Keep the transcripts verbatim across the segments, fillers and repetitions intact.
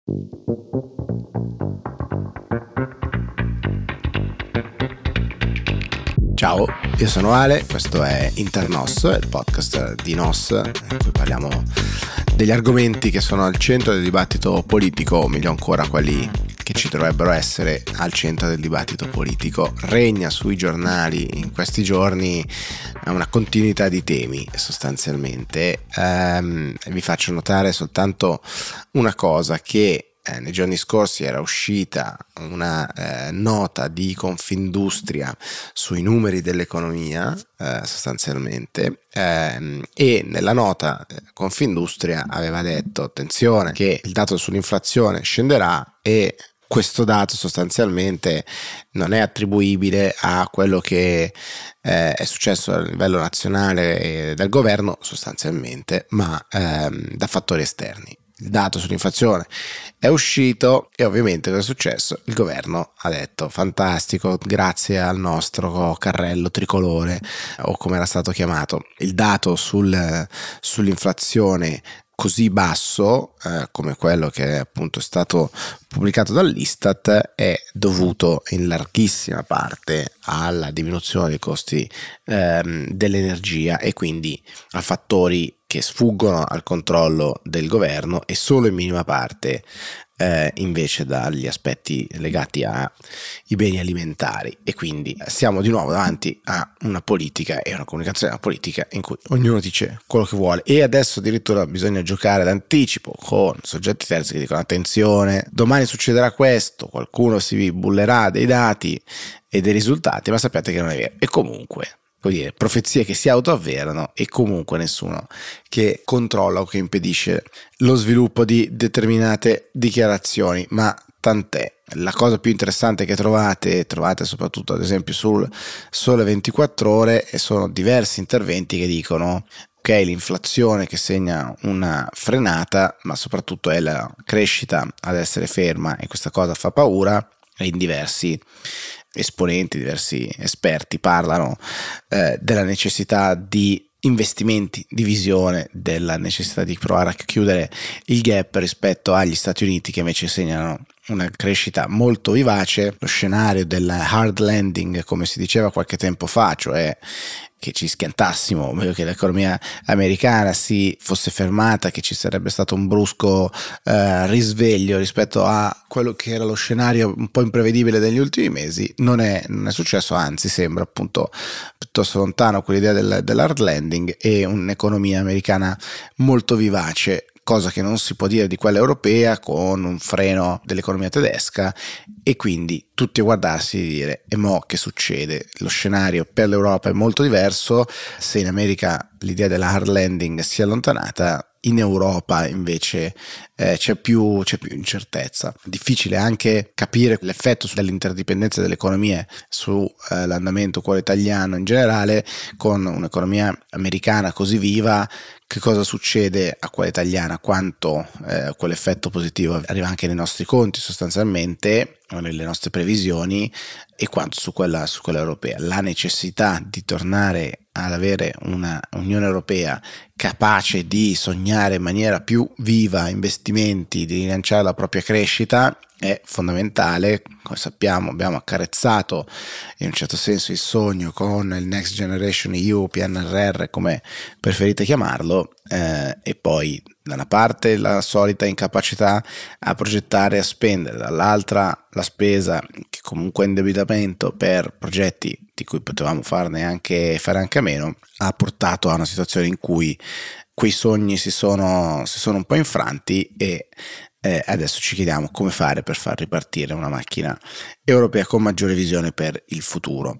Ciao, io sono Ale, questo è Internos, il podcast di N O S, in cui parliamo degli argomenti che sono al centro del dibattito politico, o meglio ancora quelli che ci dovrebbero essere al centro del dibattito politico. Regna sui giornali in questi giorni una continuità di temi sostanzialmente. Ehm, vi faccio notare soltanto una cosa, che Eh, nei giorni scorsi era uscita una eh, nota di Confindustria sui numeri dell'economia eh, sostanzialmente ehm, e nella nota eh, Confindustria aveva detto attenzione che il dato sull'inflazione scenderà, e questo dato sostanzialmente non è attribuibile a quello che eh, è successo a livello nazionale e del governo sostanzialmente, ma ehm, da fattori esterni. Il dato sull'inflazione è uscito e ovviamente cosa è successo? Il governo ha detto fantastico, grazie al nostro carrello tricolore, o come era stato chiamato. Il dato sul, sull'inflazione così basso eh, come quello che appunto è stato pubblicato dall'Istat è dovuto in larghissima parte alla diminuzione dei costi ehm, dell'energia, e quindi a fattori che sfuggono al controllo del governo, e solo in minima parte eh, invece dagli aspetti legati ai beni alimentari. E quindi siamo di nuovo davanti a una politica e una comunicazione della politica in cui ognuno dice quello che vuole, e adesso addirittura bisogna giocare d'anticipo con soggetti terzi che dicono attenzione, domani succederà questo, qualcuno si bullerà dei dati e dei risultati, ma sappiate che non è vero. E comunque, dire, profezie che si autoavverano, e comunque nessuno che controlla o che impedisce lo sviluppo di determinate dichiarazioni, ma tant'è. La cosa più interessante che trovate, trovate soprattutto ad esempio sul Sole ventiquattro Ore, e sono diversi interventi che dicono ok, l'inflazione che segna una frenata, ma soprattutto è la crescita ad essere ferma, e questa cosa fa paura, e in diversi esponenti, diversi esperti parlano eh, della necessità di investimenti, di visione, della necessità di provare a chiudere il gap rispetto agli Stati Uniti, che invece segnano una crescita molto vivace. Lo scenario del hard landing, come si diceva qualche tempo fa, cioè che ci schiantassimo, che l'economia americana si fosse fermata, che ci sarebbe stato un brusco eh, risveglio rispetto a quello che era lo scenario un po' imprevedibile degli ultimi mesi, non è, non è successo, anzi sembra appunto piuttosto lontano quell'idea del, dell'hard landing, e un'economia americana molto vivace, cosa che non si può dire di quella europea, con un freno dell'economia tedesca, e quindi tutti a guardarsi e dire e mo che succede? Lo scenario per l'Europa è molto diverso. Se in America l'idea della hard landing si è allontanata, in Europa invece eh, c'è più c'è più incertezza. Difficile anche capire l'effetto dell'interdipendenza delle economie sull'andamento eh, quello italiano in generale, con un'economia americana così viva. Che cosa succede a quella italiana? Quanto eh, quell'effetto positivo arriva anche nei nostri conti sostanzialmente, o nelle nostre previsioni, e quanto su quella, su quella europea. La necessità di tornare ad avere una Unione Europea capace di sognare in maniera più viva investimenti, di rilanciare la propria crescita, è fondamentale. Come sappiamo, abbiamo accarezzato in un certo senso il sogno con il Next Generation E U, P N R R, come preferite chiamarlo, eh, e poi da una parte la solita incapacità a progettare e a spendere, dall'altra la spesa, che comunque è indebitamento per progetti di cui potevamo farne anche fare anche a meno, ha portato a una situazione in cui quei sogni si sono, si sono un po' infranti, e eh, adesso ci chiediamo come fare per far ripartire una macchina europea con maggiore visione per il futuro.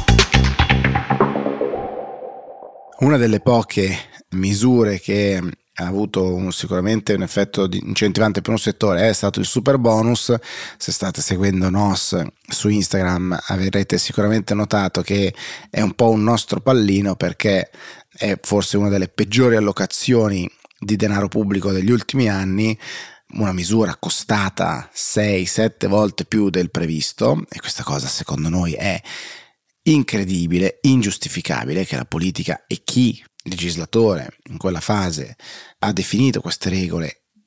Una delle poche misure che ha avuto un, sicuramente un effetto incentivante per un settore è stato il super bonus. Se state seguendo N O S su Instagram avrete sicuramente notato che è un po' un nostro pallino, perché è forse una delle peggiori allocazioni di denaro pubblico degli ultimi anni, una misura costata sei sette volte più del previsto, e questa cosa secondo noi è incredibile, ingiustificabile, che la politica e chi legislatore in quella fase ha definito queste regole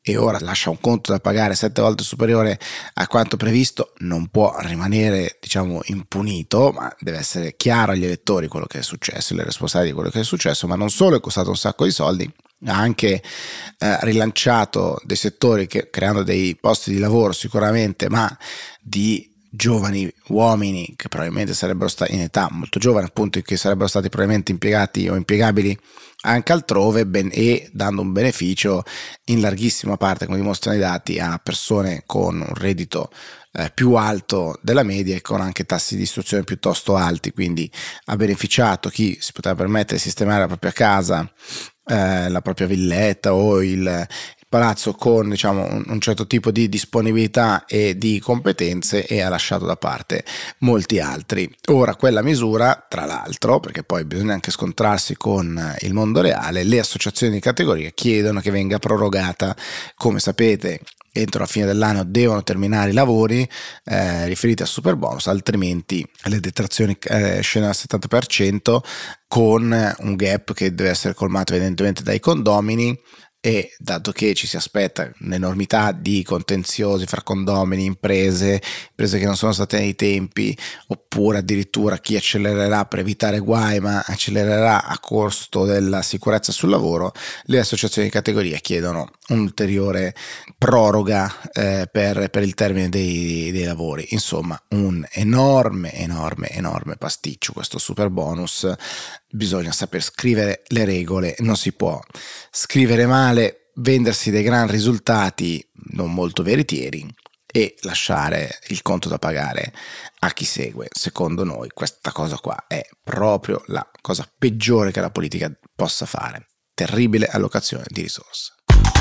e ora lascia un conto da pagare sette volte superiore a quanto previsto, non può rimanere, diciamo, impunito, ma deve essere chiaro agli elettori quello che è successo, le responsabili di quello che è successo. Ma non solo è costato un sacco di soldi, ha anche eh, rilanciato dei settori che, creando dei posti di lavoro sicuramente, ma di giovani uomini che probabilmente sarebbero stati in età molto giovane, appunto, che sarebbero stati probabilmente impiegati o impiegabili anche altrove, ben, e dando un beneficio in larghissima parte, come dimostrano i dati, a persone con un reddito eh, più alto della media e con anche tassi di istruzione piuttosto alti. Quindi ha beneficiato chi si poteva permettere di sistemare la propria casa, eh, la propria villetta o il palazzo con, diciamo, un, un certo tipo di disponibilità e di competenze, e ha lasciato da parte molti altri. Ora quella misura, tra l'altro, perché poi bisogna anche scontrarsi con il mondo reale, le associazioni di categoria chiedono che venga prorogata. Come sapete, entro la fine dell'anno devono terminare i lavori eh, riferiti al superbonus, altrimenti le detrazioni eh, scendono al settanta per cento, con un gap che deve essere colmato evidentemente dai condomini. E dato che ci si aspetta un'enormità di contenziosi fra condomini, imprese, imprese che non sono state nei tempi, oppure addirittura chi accelererà per evitare guai ma accelererà a costo della sicurezza sul lavoro, le associazioni di categoria chiedono un'ulteriore proroga eh, per, per il termine dei, dei lavori. Insomma, un enorme, enorme, enorme pasticcio questo super bonus. Bisogna saper scrivere le regole, non si può scrivere male, vendersi dei gran risultati non molto veritieri e lasciare il conto da pagare a chi segue. Secondo noi questa cosa qua è proprio la cosa peggiore che la politica possa fare. Terribile allocazione di risorse.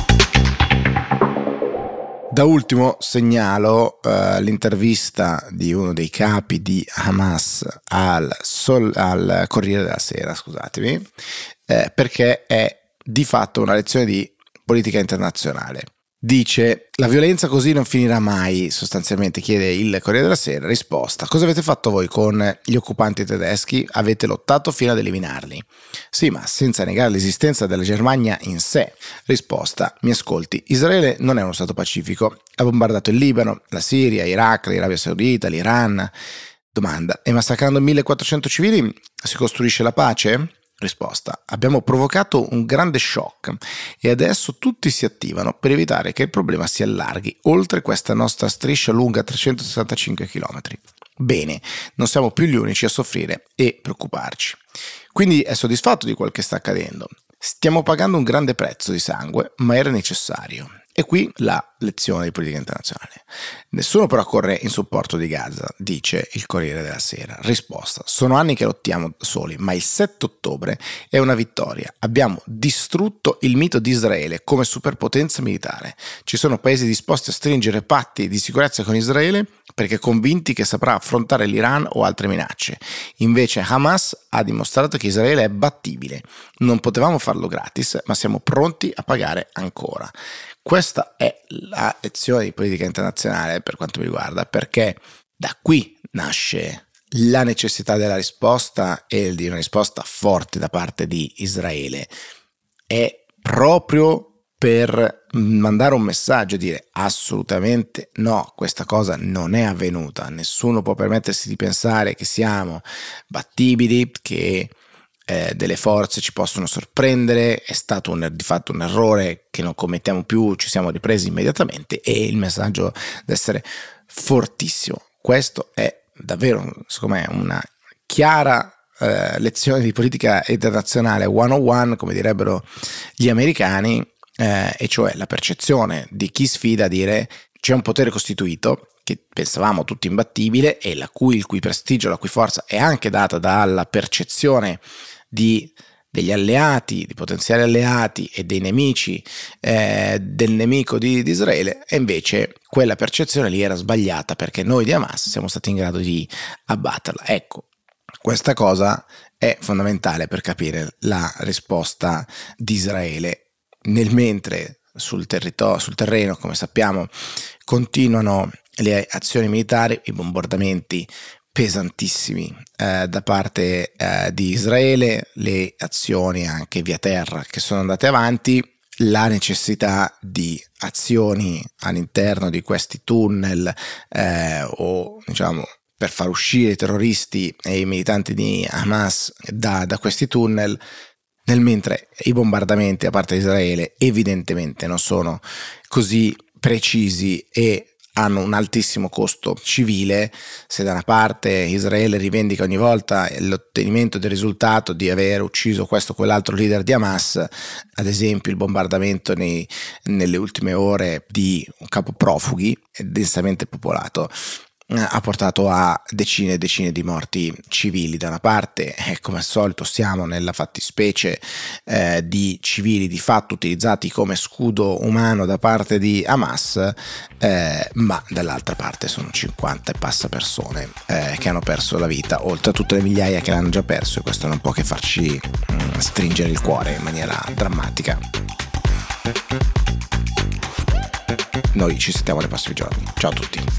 Da ultimo segnalo uh, l'intervista di uno dei capi di Hamas al, Sol, al Corriere della Sera, scusatemi, eh, perché è di fatto una lezione di politica internazionale. Dice: la violenza così non finirà mai, sostanzialmente chiede il Corriere della Sera. Risposta: cosa avete fatto voi con gli occupanti tedeschi? Avete lottato fino ad eliminarli. Sì, ma senza negare l'esistenza della Germania in sé. Risposta: mi ascolti, Israele non è uno stato pacifico, ha bombardato il Libano, la Siria, Iraq, l'Arabia Saudita, l'Iran. Domanda: e massacrando millequattrocento civili si costruisce la pace? Risposta: abbiamo provocato un grande shock e adesso tutti si attivano per evitare che il problema si allarghi oltre questa nostra striscia lunga trecentosessantacinque chilometri. Bene, non siamo più gli unici a soffrire e preoccuparci. Quindi è soddisfatto di quel che sta accadendo. Stiamo pagando un grande prezzo di sangue, ma era necessario. E qui la lezione di politica internazionale. Nessuno però corre in supporto di Gaza, dice il Corriere della Sera. Risposta: sono anni che lottiamo soli, ma il sette ottobre è una vittoria. Abbiamo distrutto il mito di Israele come superpotenza militare. Ci sono paesi disposti a stringere patti di sicurezza con Israele perché convinti che saprà affrontare l'Iran o altre minacce. Invece Hamas ha dimostrato che Israele è battibile. Non potevamo farlo gratis, ma siamo pronti a pagare ancora. Questa è la lezione di politica internazionale per quanto mi riguarda, perché da qui nasce la necessità della risposta e di una risposta forte da parte di Israele. È proprio per mandare un messaggio e dire assolutamente no, questa cosa non è avvenuta, nessuno può permettersi di pensare che siamo battibili, che Eh, delle forze ci possono sorprendere, è stato un, di fatto un errore che non commettiamo più, ci siamo ripresi immediatamente, e il messaggio deve essere fortissimo. Questo è davvero, secondo me, una chiara eh, lezione di politica internazionale centouno, come direbbero gli americani, eh, e cioè la percezione di chi sfida a dire c'è un potere costituito che pensavamo tutti imbattibile e la cui, il cui prestigio, la cui forza è anche data dalla percezione di degli alleati, di potenziali alleati e dei nemici eh, del nemico di, di Israele, e invece quella percezione lì era sbagliata perché noi di Hamas siamo stati in grado di abbatterla. Ecco, questa cosa è fondamentale per capire la risposta di Israele. Nel mentre sul territorio, sul terreno, come sappiamo, continuano le azioni militari, i bombardamenti pesantissimi eh, da parte eh, di Israele, le azioni anche via terra che sono andate avanti. la necessità di azioni all'interno di questi tunnel eh, o diciamo per far uscire i terroristi e i militanti di Hamas da, da questi tunnel, nel mentre i bombardamenti da parte di Israele evidentemente non sono così precisi e hanno un altissimo costo civile. Se da una parte Israele rivendica ogni volta l'ottenimento del risultato di aver ucciso questo o quell'altro leader di Hamas, ad esempio il bombardamento nei, nelle ultime ore di un campo profughi densamente popolato, ha portato a decine e decine di morti civili da una parte, e come al solito siamo nella fattispecie eh, di civili di fatto utilizzati come scudo umano da parte di Hamas, eh, ma dall'altra parte sono cinquanta e passa persone eh, che hanno perso la vita, oltre a tutte le migliaia che l'hanno già perso, e questo non può che farci mh, stringere il cuore in maniera drammatica. Noi ci sentiamo nei prossimi giorni. Ciao a tutti.